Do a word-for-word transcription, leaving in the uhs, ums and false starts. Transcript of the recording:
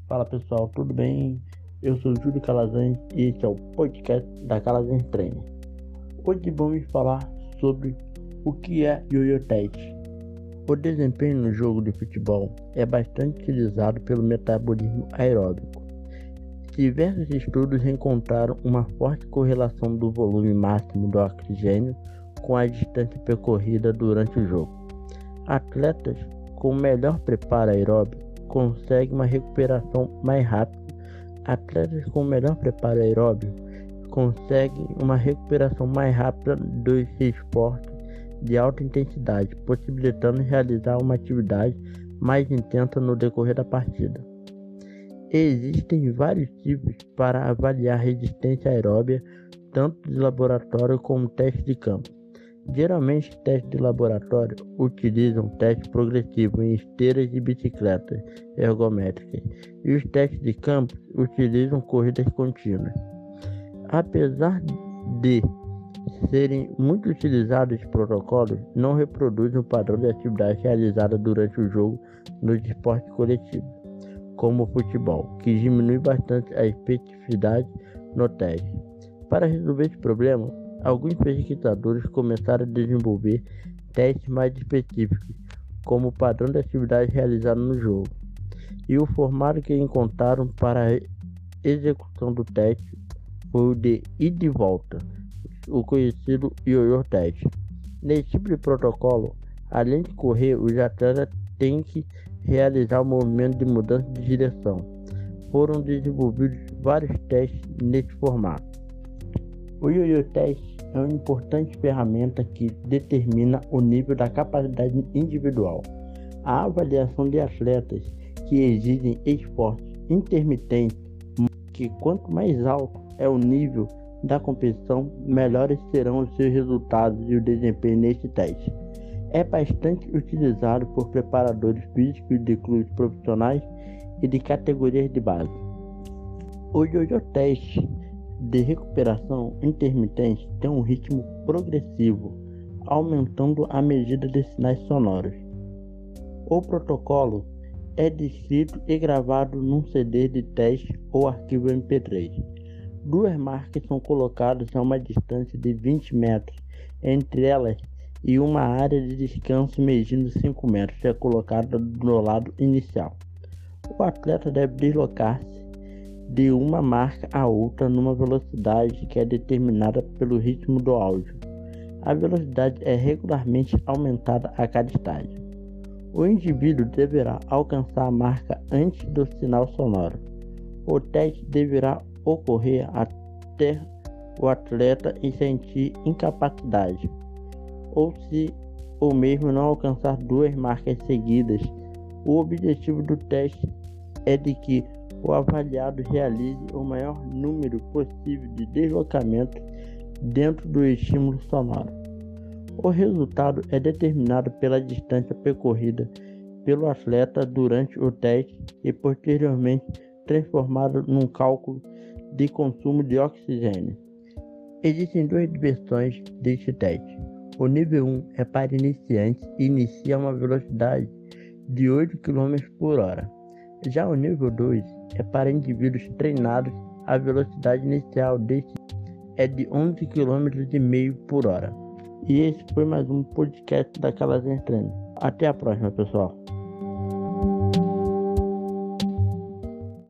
Fala pessoal, tudo bem? Eu sou Júlio Calazans e este é o podcast da Calazans Treino. Hoje vamos falar sobre o que é Yo-Yo Test. O desempenho no jogo de futebol é bastante utilizado pelo metabolismo aeróbico. Diversos estudos encontraram uma forte correlação do volume máximo do oxigênio com a distância percorrida durante o jogo. Atletas com melhor preparo aeróbico conseguem uma recuperação mais rápida. Atletas com melhor preparo aeróbico conseguem uma recuperação mais rápida dos esportes de alta intensidade, possibilitando realizar uma atividade mais intensa no decorrer da partida. Existem vários tipos para avaliar resistência aeróbica, tanto de laboratório como teste de campo. Geralmente, testes de laboratório utilizam testes progressivos em esteiras e bicicletas ergométricas, e os testes de campo utilizam corridas contínuas. Apesar de serem muito utilizados, os protocolos não reproduzem o padrão de atividade realizada durante o jogo nos esportes coletivos, como o futebol, que diminui bastante a especificidade no teste. Para resolver esse problema, alguns pesquisadores começaram a desenvolver testes mais específicos, como o padrão de atividade realizado no jogo, e o formato que encontraram para a execução do teste foi o de ida e volta, o conhecido Yo-Yo Test. Nesse tipo de protocolo, além de correr, os atletas têm que realizar o movimento de mudança de direção. Foram desenvolvidos vários testes nesse formato. O Yo-Yo Test é uma importante ferramenta que determina o nível da capacidade individual. A avaliação de atletas que exigem esportes intermitentes, que quanto mais alto é o nível da competição, melhores serão os seus resultados e o desempenho nesse teste. É bastante utilizado por preparadores físicos de clubes profissionais e de categorias de base. O Yo-Yo Test de recuperação intermitente tem um ritmo progressivo, aumentando a medida de sinais sonoros. O protocolo é descrito e gravado num C D de teste ou arquivo M P três. Duas marcas são colocadas a uma distância de vinte metros entre elas e uma área de descanso medindo cinco metros é colocada no lado inicial. O atleta deve deslocar-se de uma marca a outra numa velocidade que é determinada pelo ritmo do áudio. A velocidade é regularmente aumentada a cada estágio. O indivíduo deverá alcançar a marca antes do sinal sonoro. O teste deverá ocorrer até o atleta sentir incapacidade, ou se o mesmo não alcançar duas marcas seguidas. O objetivo do teste é de que o avaliado realize o maior número possível de deslocamentos dentro do estímulo sonoro. O resultado é determinado pela distância percorrida pelo atleta durante o teste e posteriormente transformado num cálculo de consumo de oxigênio. Existem duas versões deste teste. O nível um é para iniciantes e inicia a uma velocidade de oito quilômetros por hora. Já o nível dois é para indivíduos treinados. A velocidade inicial deste é de onze quilômetros e meio por hora. E esse foi mais um podcast da Calazans Treino. Até a próxima, pessoal.